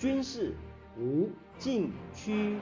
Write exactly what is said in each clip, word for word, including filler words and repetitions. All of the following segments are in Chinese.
军事无禁区。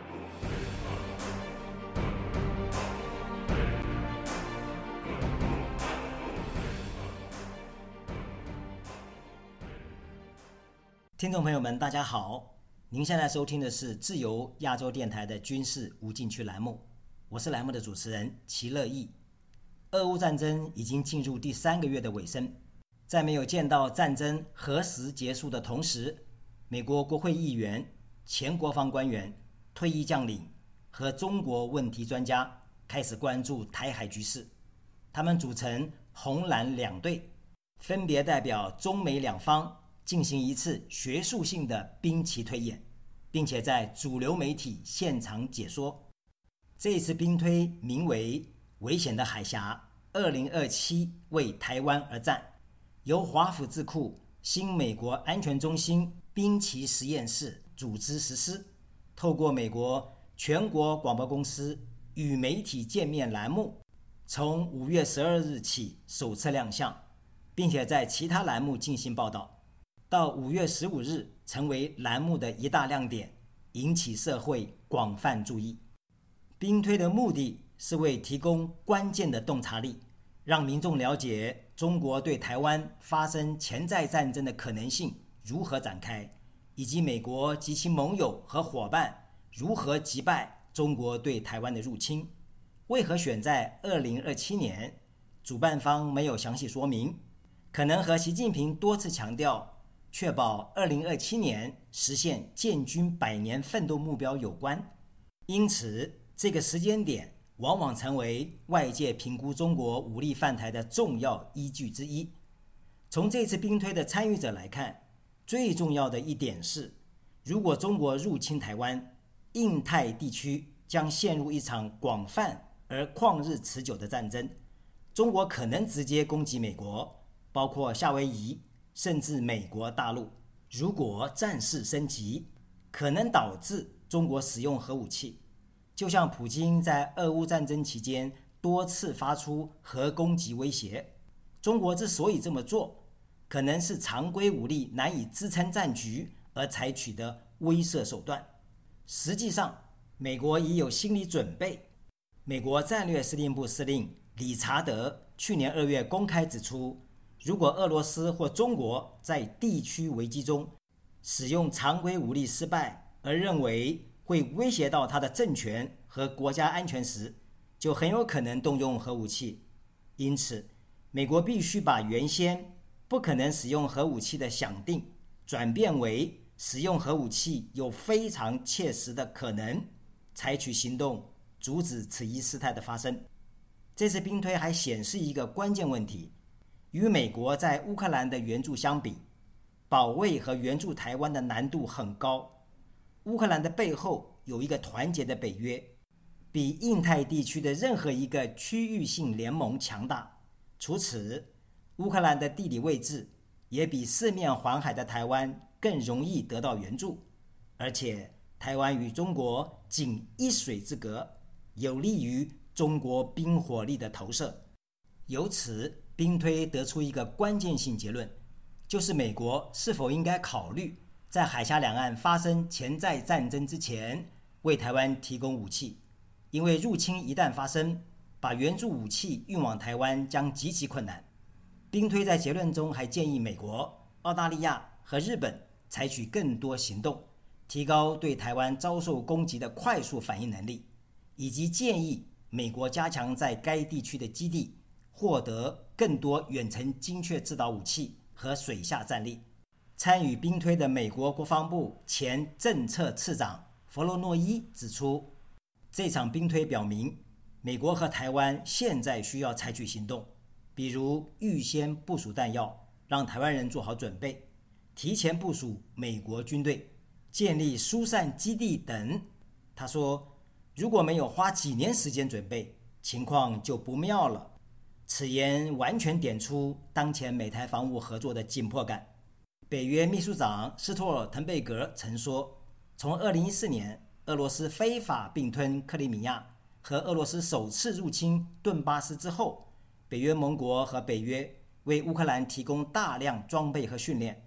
听众朋友们大家好，您现在收听的是自由亚洲电台的军事无禁区栏目，我是栏目的主持人齐乐意。俄乌战争已经进入第三个月的尾声，在没有见到战争何时结束的同时，美国国会议员、前国防官员、退役将领和中国问题专家开始关注台海局势。他们组成红蓝两队，分别代表中美两方进行一次学术性的兵棋推演，并且在主流媒体现场解说。这一次兵推名为危险的海峡二零二七为台湾而战，由华府智库新美国安全中心兵棋实验室组织实施，透过美国全国广播公司与媒体见面栏目，从五月十二日起首次亮相，并且在其他栏目进行报道，到五月十五日成为栏目的一大亮点，引起社会广泛注意。兵推的目的是为提供关键的洞察力，让民众了解中国对台湾发生潜在战争的可能性如何展开，以及美国及其盟友和伙伴如何击败中国对台湾的入侵。为何选在二零二七年？主办方没有详细说明，可能和习近平多次强调确保二零二七年实现建军百年奋斗目标有关，因此这个时间点往往成为外界评估中国武力犯台的重要依据之一。从这次兵推的参与者来看，最重要的一点是，如果中国入侵台湾，印太地区将陷入一场广泛而旷日持久的战争。中国可能直接攻击美国，包括夏威夷，甚至美国大陆。如果战事升级，可能导致中国使用核武器，就像普京在俄乌战争期间多次发出核攻击威胁。中国之所以这么做，可能是常规武力难以支撑战局而采取的威慑手段。实际上，美国已有心理准备。美国战略司令部司令理查德去年二月公开指出，如果俄罗斯或中国在地区危机中使用常规武力失败，而认为会威胁到他的政权和国家安全时，就很有可能动用核武器。因此，美国必须把原先不可能使用核武器的想定转变为使用核武器有非常切实的可能，采取行动阻止此一事态的发生。这次兵推还显示一个关键问题，与美国在乌克兰的援助相比，保卫和援助台湾的难度很高。乌克兰的背后有一个团结的北约，比印太地区的任何一个区域性联盟强大。除此，乌克兰的地理位置也比四面环海的台湾更容易得到援助，而且台湾与中国仅一水之隔，有利于中国兵火力的投射。由此，兵推得出一个关键性结论，就是美国是否应该考虑在海峡两岸发生潜在战争之前为台湾提供武器，因为入侵一旦发生，把援助武器运往台湾将极其困难。兵推在结论中还建议美国、澳大利亚和日本采取更多行动，提高对台湾遭受攻击的快速反应能力，以及建议美国加强在该地区的基地，获得更多远程精确制导武器和水下战力。参与兵推的美国国防部前政策次长弗洛诺伊指出，这场兵推表明，美国和台湾现在需要采取行动，比如预先部署弹药，让台湾人做好准备，提前部署美国军队，建立疏散基地等。他说，如果没有花几年时间准备，情况就不妙了。此言完全点出当前美台防务合作的紧迫感。北约秘书长斯托尔滕贝格曾说，从二零一四年俄罗斯非法并吞克里米亚和俄罗斯首次入侵顿巴斯之后，北约盟国和北约为乌克兰提供大量装备和训练，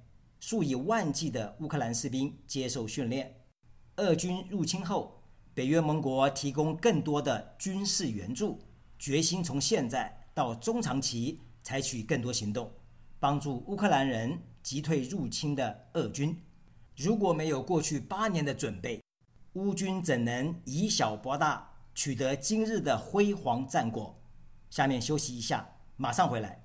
数以万计的乌克兰士兵接受训练。俄军入侵后，北约盟国提供更多的军事援助，决心从现在到中长期采取更多行动，帮助乌克兰人击退入侵的俄军。如果没有过去八年的准备，乌军怎能以小博大，取得今日的辉煌战果？下面休息一下，马上回来。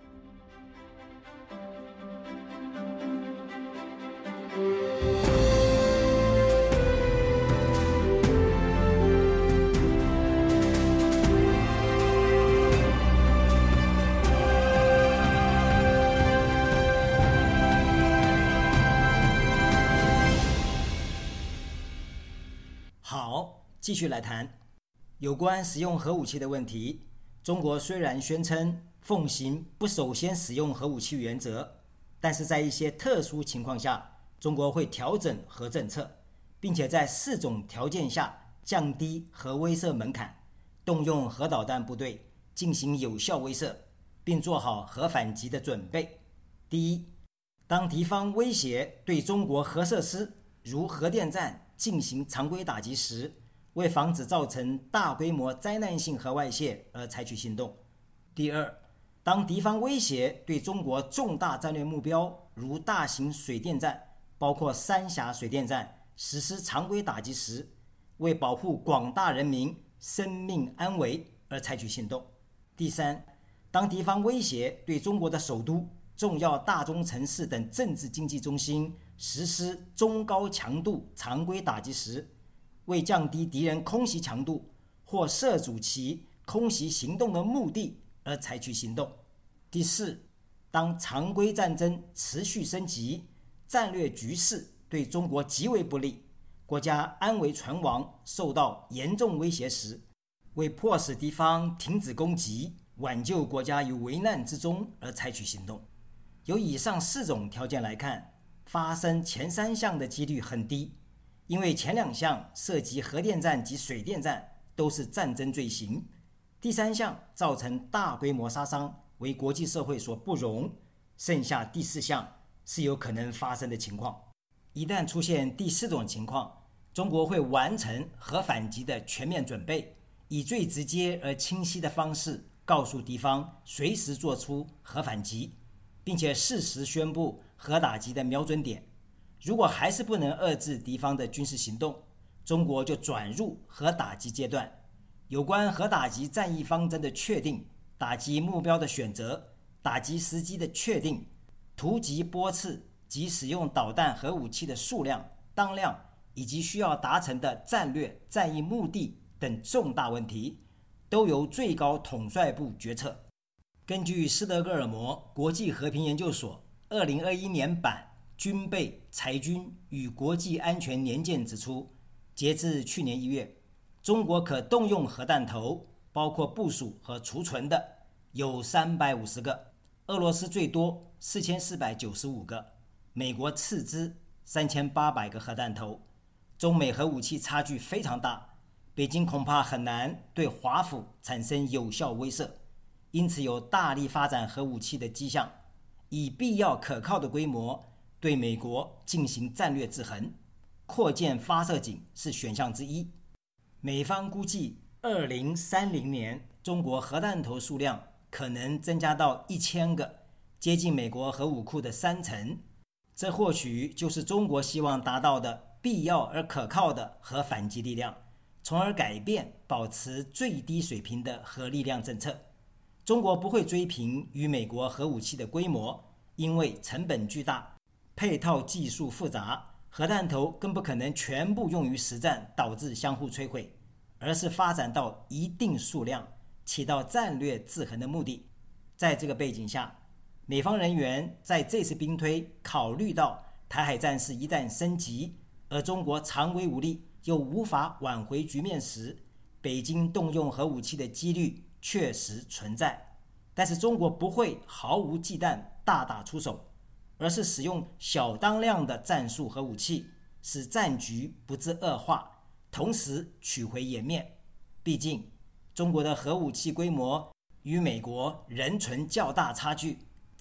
好，继续来谈有关使用核武器的问题。中国虽然宣称奉行不首先使用核武器原则，但是在一些特殊情况下，中国会调整核政策，并且在四种条件下降低核威慑门槛，动用核导弹部队进行有效威慑，并做好核反击的准备。第一，当敌方威胁对中国核设施如核电站进行常规打击时，为防止造成大规模灾难性核外泄而采取行动。第二，当敌方威胁对中国重大战略目标如大型水电站，包括三峡水电站实施常规打击时，为保护广大人民生命安危而采取行动。第三，当敌方威胁对中国的首都、重要大中城市等政治经济中心实施中高强度常规打击时，为降低敌人空袭强度或涉足其空袭行动的目的而采取行动。第四，当常规战争持续升级，战略局势对中国极为不利，国家安危存亡受到严重威胁时，为迫使敌方停止攻击，挽救国家于危难之中而采取行动。由以上四种条件来看，发生前三项的几率很低，因为前两项涉及核电站及水电站都是战争罪行，第三项造成大规模杀伤，为国际社会所不容，剩下第四项是有可能发生的情况。一旦出现第四种情况，中国会完成核反击的全面准备，以最直接而清晰的方式告诉敌方随时做出核反击，并且适时宣布核打击的瞄准点。如果还是不能遏制敌方的军事行动，中国就转入核打击阶段。有关核打击战役方针的确定、打击目标的选择、打击时机的确定、突击波次及使用导弹核武器的数量、当量以及需要达成的战略战役目的等重大问题，都由最高统帅部决策。根据斯德哥尔摩国际和平研究所二零二一年版军备、裁军与国际安全年鉴指出，截至去年一月，中国可动用核弹头，包括部署和储存的有三百五十个，俄罗斯最多四千四百九十五个，美国次之三千八百个核弹头。中美核武器差距非常大，北京恐怕很难对华府产生有效威慑，因此有大力发展核武器的迹象，以必要可靠的规模对美国进行战略制衡，扩建发射井是选项之一。美方估计二零三零年中国核弹头数量可能增加到一千个，接近美国核武库的三成。这或许就是中国希望达到的必要而可靠的核反击力量，从而改变保持最低水平的核力量政策。中国不会追平与美国核武器的规模，因为成本巨大，配套技术复杂，核弹头更不可能全部用于实战，导致相互摧毁，而是发展到一定数量，起到战略制衡的目的。在这个背景下，美方人员在这次兵推考虑到台海战事一旦升级，而中国常规武力又无法挽回局面时，北京动用核武器的几率确实存在。但是中国不会毫无忌惮大打出手，而是使用小当量的战术核武器，使战局不致恶化，同时取回颜面。毕竟中国的核武器规模与美国仍存较大差距，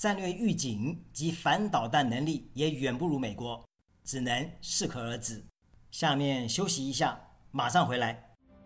战略预警及反导弹能力也远不如美国，只能适可而止。下面休息一下，马上回来。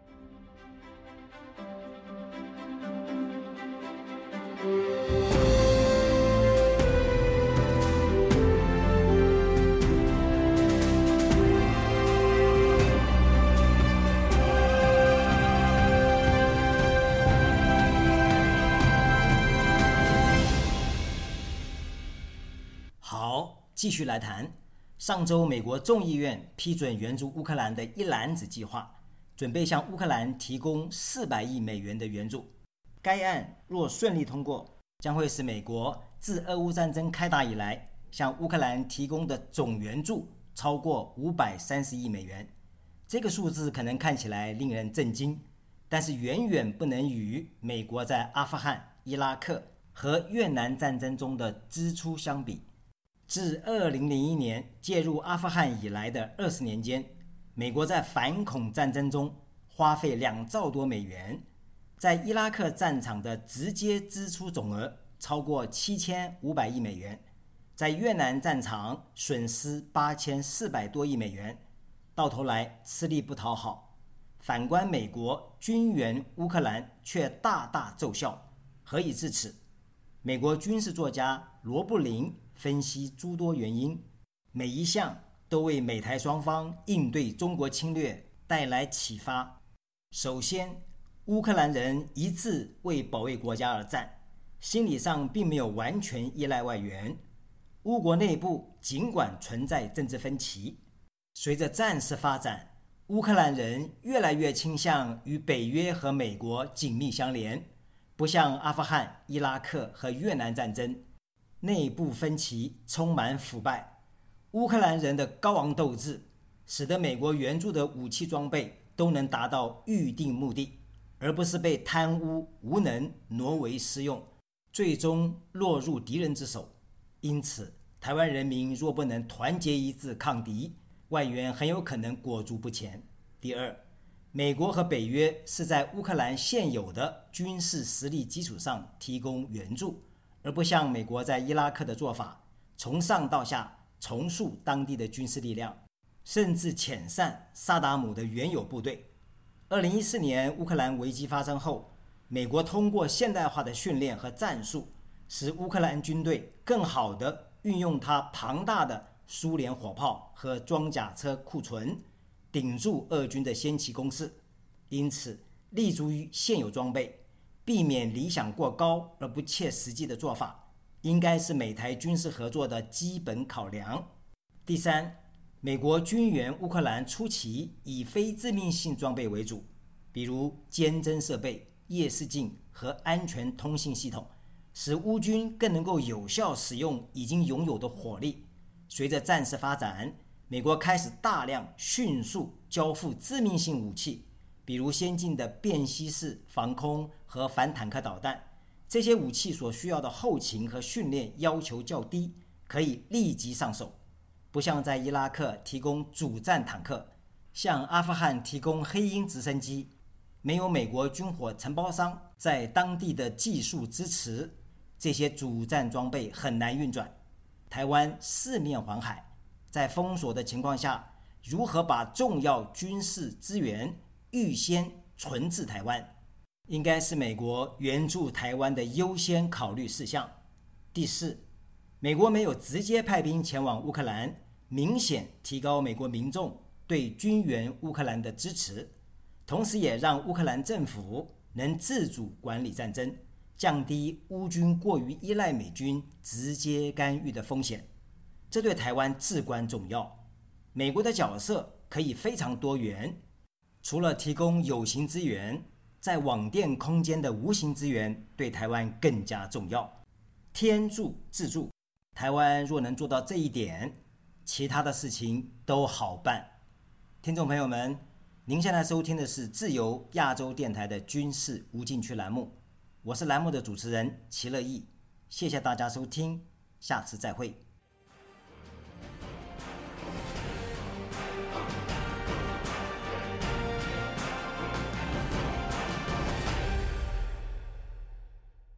好，继续来谈。上周美国众议院批准援助乌克兰的一篮子计划，准备向乌克兰提供四百亿美元的援助。该案若顺利通过，将会使美国自俄乌战争开打以来向乌克兰提供的总援助超过五百三十亿美元。这个数字可能看起来令人震惊，但是远远不能与美国在阿富汗、伊拉克和越南战争中的支出相比。自二零零一年介入阿富汗以来的二十年间，美国在反恐战争中花费两兆多美元，在伊拉克战场的直接支出总额超过七千五百亿美元，在越南战场损失八千四百多亿美元，到头来吃力不讨好。反观美国军援乌克兰却大大奏效，何以至此？美国军事作家罗布林分析诸多原因，每一项都为美台双方应对中国侵略带来启发。首先，乌克兰人一致为保卫国家而战，心理上并没有完全依赖外援。乌国内部尽管存在政治分歧，随着战事发展，乌克兰人越来越倾向与北约和美国紧密相连，不像阿富汗、伊拉克和越南战争，内部分歧充满腐败。乌克兰人的高昂斗志使得美国援助的武器装备都能达到预定目的，而不是被贪污无能挪为私用，最终落入敌人之手。因此台湾人民若不能团结一致抗敌，外援很有可能裹足不前。第二，美国和北约是在乌克兰现有的军事实力基础上提供援助，而不像美国在伊拉克的做法，从上到下重塑当地的军事力量，甚至遣散萨达姆的原有部队。二零一四年乌克兰危机发生后，美国通过现代化的训练和战术，使乌克兰军队更好地运用它庞大的苏联火炮和装甲车库存，顶住俄军的先期攻势。因此，立足于现有装备，避免理想过高而不切实际的做法，应该是美台军事合作的基本考量。第三，美国军援乌克兰初期以非致命性装备为主，比如监侦设备、夜视镜和安全通信系统，使乌军更能够有效使用已经拥有的火力。随着战事发展，美国开始大量迅速交付致命性武器，比如先进的便携式防空和反坦克导弹。这些武器所需要的后勤和训练要求较低，可以立即上手，不像在伊拉克提供主战坦克，向阿富汗提供黑鹰直升机，没有美国军火承包商在当地的技术支持，这些主战装备很难运转。台湾四面环海，在封锁的情况下，如何把重要军事资源预先存至台湾，应该是美国援助台湾的优先考虑事项。第四，美国没有直接派兵前往乌克兰，明显提高美国民众对军援乌克兰的支持，同时也让乌克兰政府能自主管理战争，降低乌军过于依赖美军直接干预的风险。这对台湾至关重要。美国的角色可以非常多元，除了提供有形资源，在网电空间的无形资源对台湾更加重要。天助自助，台湾若能做到这一点，其他的事情都好办。听众朋友们，您现在收听的是自由亚洲电台的军事无禁区栏目，我是栏目的主持人齐乐意，谢谢大家收听，下次再会。